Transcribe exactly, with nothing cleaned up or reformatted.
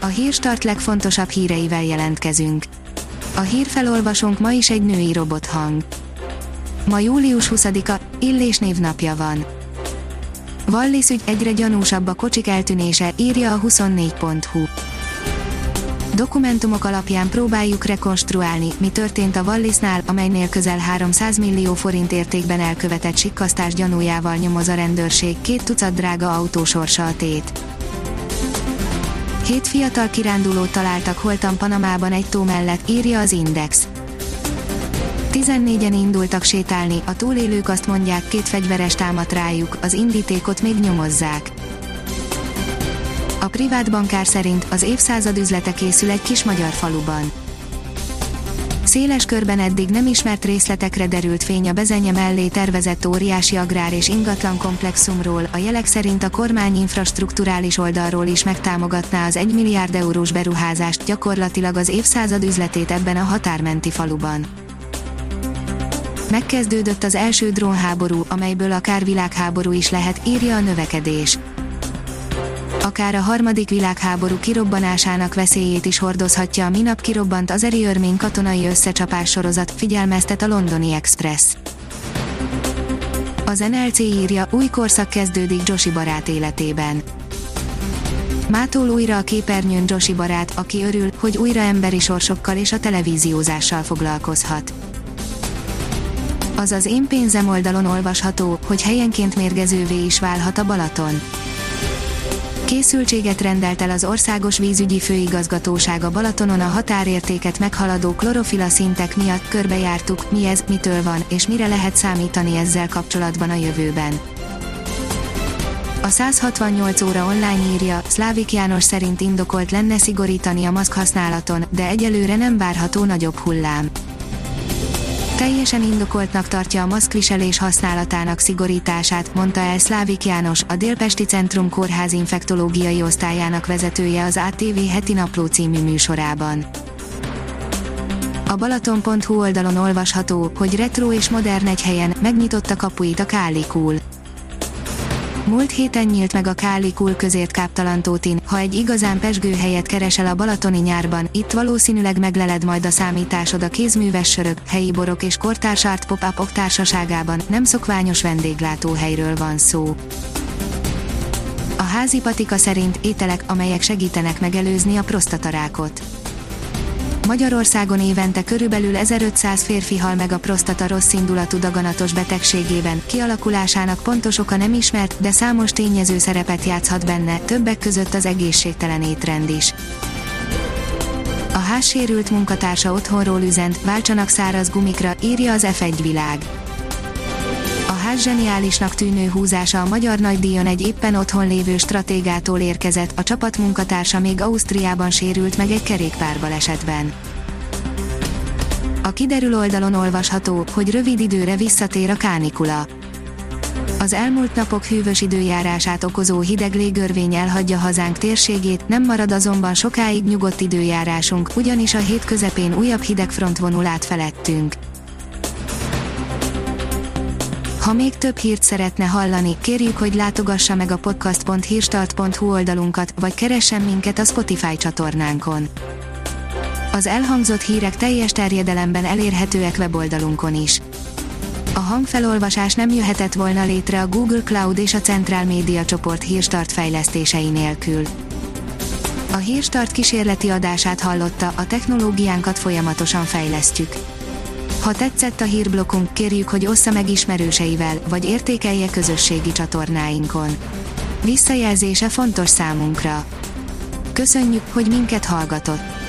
A Hírstart legfontosabb híreivel jelentkezünk. A hírfelolvasónk ma is egy női robothang. Ma július huszadika, Illés névnapja van. Wallis ügy, egyre gyanúsabb a kocsik eltűnése, írja a huszonnégy pont hu. Dokumentumok alapján próbáljuk rekonstruálni, mi történt a Wallisnál, amelynél közel háromszáz millió forint értékben elkövetett sikkasztás gyanújával nyomoz a rendőrség, két tucat drága autó sorsa a tét. Hét fiatal kirándulót találtak holtan Panamában egy tó mellett, írja az Index. tizennégyen indultak sétálni, a túlélők azt mondják, két fegyveres támadt rájuk, az indítékot még nyomozzák. A privát bankár szerint az évszázad üzlete készül egy kis magyar faluban. Széles körben eddig nem ismert részletekre derült fény a Bezenye mellé tervezett óriási agrár és ingatlan komplexumról, a jelek szerint a kormány infrastrukturális oldalról is megtámogatná az egy milliárd eurós beruházást, gyakorlatilag az évszázad üzletét ebben a határmenti faluban. Megkezdődött az első drónháború, amelyből akár világháború is lehet, írja a Növekedés. Akár a harmadik világháború kirobbanásának veszélyét is hordozhatja a minap kirobbant azeri-örmény katonai összecsapás sorozat, figyelmeztet a Londoni Express. Az en el cé írja, új korszak kezdődik Joshi barát életében. Mától újra a képernyőn Joshi barát, aki örül, hogy újra emberi sorsokkal és a televíziózással foglalkozhat. Az az Én pénzem oldalon olvasható, hogy helyenként mérgezővé is válhat a Balaton. Készültséget rendelt el az Országos Vízügyi Főigazgatóság a Balatonon a határértéket meghaladó klorofila szintek miatt. Körbejártuk, mi ez, mitől van, és mire lehet számítani ezzel kapcsolatban a jövőben. A száz hatvannyolc óra online írja, Szlávik János szerint indokolt lenne szigorítani a maszk használaton, de egyelőre nem várható nagyobb hullám. Teljesen indokoltnak tartja a maszkviselés használatának szigorítását, mondta el Szlávik János, a Délpesti Centrum Kórház infektológiai osztályának vezetője az á té vé heti napló című műsorában. A Balaton pont hu oldalon olvasható, hogy retro és modern egy helyen, megnyitotta kapuit a Káli Cool. Múlt héten nyílt meg a Káli Cool közért Káptalantótin, ha egy igazán pezsgő helyet keresel a balatoni nyárban, itt valószínűleg megleled majd a számításod a kézműves sörök, helyi borok és kortárs art pop-upok társaságában, nem szokványos vendéglátóhelyről van szó. A házi patika szerint ételek, amelyek segítenek megelőzni a prostatarákot. Magyarországon évente körülbelül ezerötszáz férfi hal meg a prostata rosszindulatú daganatos betegségében, kialakulásának pontos oka nem ismert, de számos tényező szerepet játszhat benne, többek között az egészségtelen étrend is. A házsérült munkatársa otthonról üzent, váltsanak száraz gumikra, írja az ef egy világ. A ház zseniálisnak tűnő húzása a magyar nagydíjon egy éppen otthon lévő stratégától érkezett, a csapat munkatársa még Ausztriában sérült meg egy kerékpárbalesetben. A Kiderül oldalon olvasható, hogy rövid időre visszatér a kánikula. Az elmúlt napok hűvös időjárását okozó hideg légörvény elhagyja hazánk térségét, nem marad azonban sokáig nyugodt időjárásunk, ugyanis a hét közepén újabb hidegfront vonul át felettünk. Ha még több hírt szeretne hallani, kérjük, hogy látogassa meg a podcast pont hírstart pont hu oldalunkat, vagy keressen minket a Spotify csatornánkon. Az elhangzott hírek teljes terjedelemben elérhetőek weboldalunkon is. A hangfelolvasás nem jöhetett volna létre a Google Cloud és a Centrál Média csoport Hírstart fejlesztései nélkül. A Hírstart kísérleti adását hallotta, a technológiánkat folyamatosan fejlesztjük. Ha tetszett a hírblokkunk, kérjük, hogy ossza meg ismerőseivel, vagy értékelje közösségi csatornáinkon. Visszajelzése fontos számunkra. Köszönjük, hogy minket hallgatott!